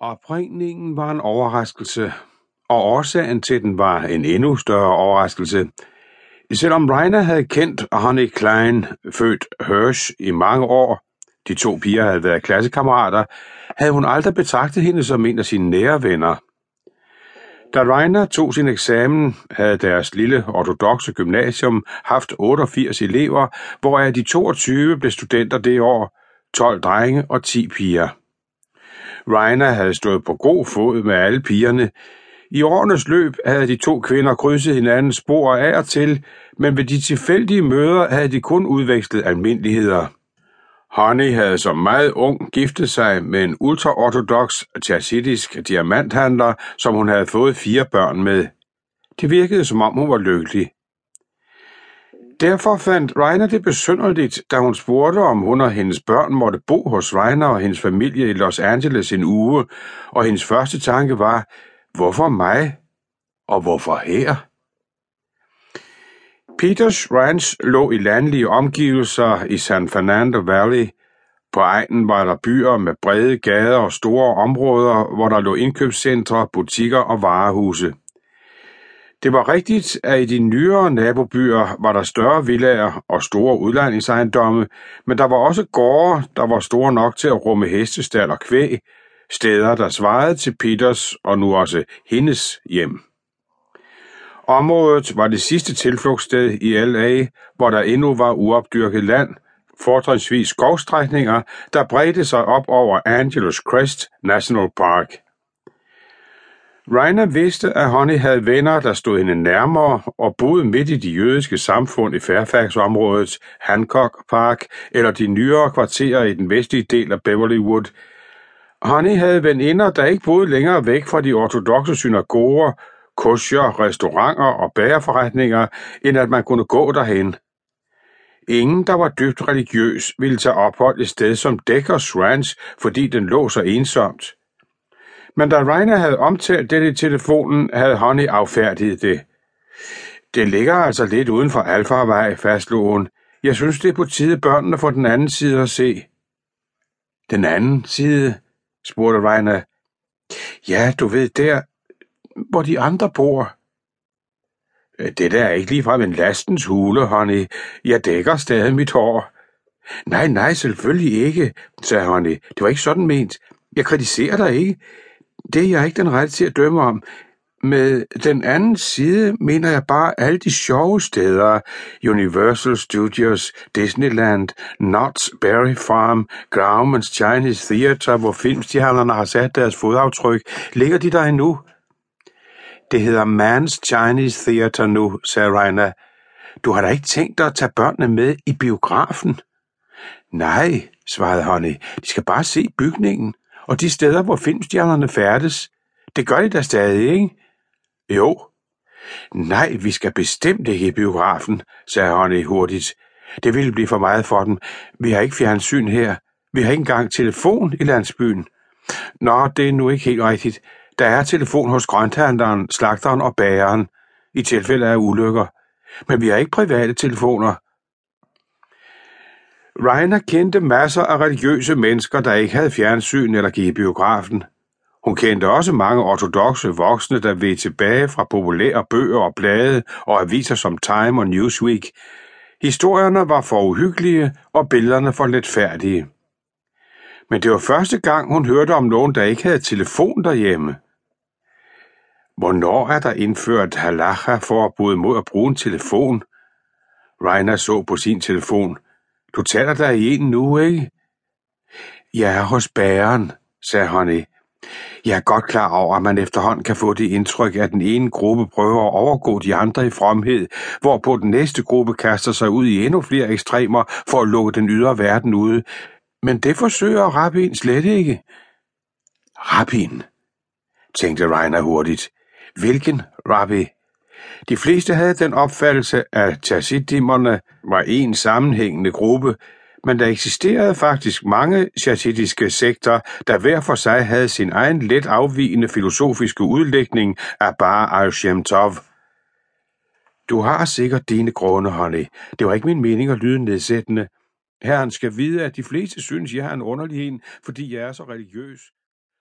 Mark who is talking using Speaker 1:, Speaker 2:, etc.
Speaker 1: Opringningen var en overraskelse, og årsagen til den var en endnu større overraskelse. Selvom Raina havde kendt Honey Klein, født Hirsch, i mange år, de to piger havde været klassekammerater, havde hun aldrig betragtet hende som en af sine nære venner. Da Raina tog sin eksamen, havde deres lille ortodokse gymnasium haft 88 elever, hvoraf de 22 blev studenter det år, 12 drenge og 10 piger. Raina havde stået på god fod med alle pigerne. I årenes løb havde de to kvinder krydset hinandens spor af og til, men ved de tilfældige møder havde de kun udvekslet almindeligheder. Honey havde som meget ung giftet sig med en ultraortodoks chassidisk diamanthandler, som hun havde fået 4 børn med. Det virkede, som om hun var lykkelig. Derfor fandt Raina det besynderligt, da hun spurgte, om hun og hendes børn måtte bo hos Raina og hendes familie i Los Angeles en uge, og hendes første tanke var, hvorfor mig? Og hvorfor her? Peters Ranch lå i landlige omgivelser i San Fernando Valley. På egnen var der byer med brede gader og store områder, hvor der lå indkøbscentre, butikker og varehuse. Det var rigtigt, at i de nyere nabobyer var der større villaer og store udlejningsejendomme, men der var også gårde, der var store nok til at rumme hestestald og kvæg, steder, der svarede til Peters og nu også hendes hjem. Området var det sidste tilflugtssted i LA, hvor der endnu var uopdyrket land, fortrinsvis skovstrækninger, der bredte sig op over Angeles Crest National Park. Raina vidste, at Honey havde venner, der stod hende nærmere og boede midt i de jødiske samfund i Fairfax-området, Hancock Park eller de nyere kvarterer i den vestlige del af Beverlywood. Honey havde veninder, der ikke boede længere væk fra de ortodokse synagoger, kosher, restauranter og bagerforretninger, end at man kunne gå derhen. Ingen, der var dybt religiøs, ville tage ophold et sted som Deckers Ranch, fordi den lå så ensomt. Men da Raina havde omtalt det i telefonen, havde Honey affærdiget det. Det ligger altså lidt uden for Alfarvej, fastslog hun. Jeg synes, det er på tide børnene får den anden side at se. Den anden side? Spurgte Raina. Ja, du ved, der, hvor de andre bor. Det der er ikke ligefrem en lastens hule, Honey. Jeg dækker stadig mit hår. Nej, selvfølgelig ikke, sagde Honey. Det var ikke sådan ment. Jeg kritiserer dig ikke. Det er jeg ikke den rette til at dømme om. Med den anden side mener jeg bare alle de sjove steder. Universal Studios, Disneyland, Knott's Berry Farm, Grauman's Chinese Theater, hvor filmstjernerne har sat deres fodaftryk. Ligger de der endnu? Det hedder Man's Chinese Theater nu, sagde Raina. Du har da ikke tænkt dig at tage børnene med i biografen? Nej, svarede Honey. De skal bare se bygningen og de steder, hvor filmstjernerne færdes. Det gør de da stadig, ikke? Jo. Nej, vi skal bestemt ikke i biografen, sagde Honey hurtigt. Det ville blive for meget for dem. Vi har ikke fjernsyn her. Vi har ikke engang telefon i landsbyen. Nå, det er nu ikke helt rigtigt. Der er telefon hos grønthandleren, slagteren og bageren, i tilfælde af ulykker. Men vi har ikke private telefoner. Raina kendte masser af religiøse mennesker, der ikke havde fjernsyn eller gik i biografen. Hun kendte også mange ortodokse voksne, der ved tilbage fra populære bøger og blade og aviser som Time og Newsweek. Historierne var for uhyggelige og billederne for letfærdige. Men det var første gang, hun hørte om nogen, der ikke havde telefon derhjemme. Hvornår er der indført halakha-forbud mod at bruge en telefon? Raina så på sin telefon. Du taler der i en nu, ikke? Jeg er hos bageren, sagde Honey. Jeg er godt klar over, at man efterhånden kan få det indtryk, at den ene gruppe prøver at overgå de andre i fromhed, hvorpå den næste gruppe kaster sig ud i endnu flere ekstremer for at lukke den ydre verden ude. Men det forsøger rabbin slet ikke. Rabbin, tænkte Raina hurtigt. Hvilken rabbi? De fleste havde den opfattelse, at chassidimmerne var en sammenhængende gruppe, men der eksisterede faktisk mange chassidiske sekter, der hver for sig havde sin egen let afvigende filosofiske udlægning af Baal al-Shem Tov. Du har sikkert dine grunde, Honey. Det var ikke min mening at lyde nedsættende. Herren skal vide, at de fleste synes, jeg er en underlig en, fordi jeg er så religiøs.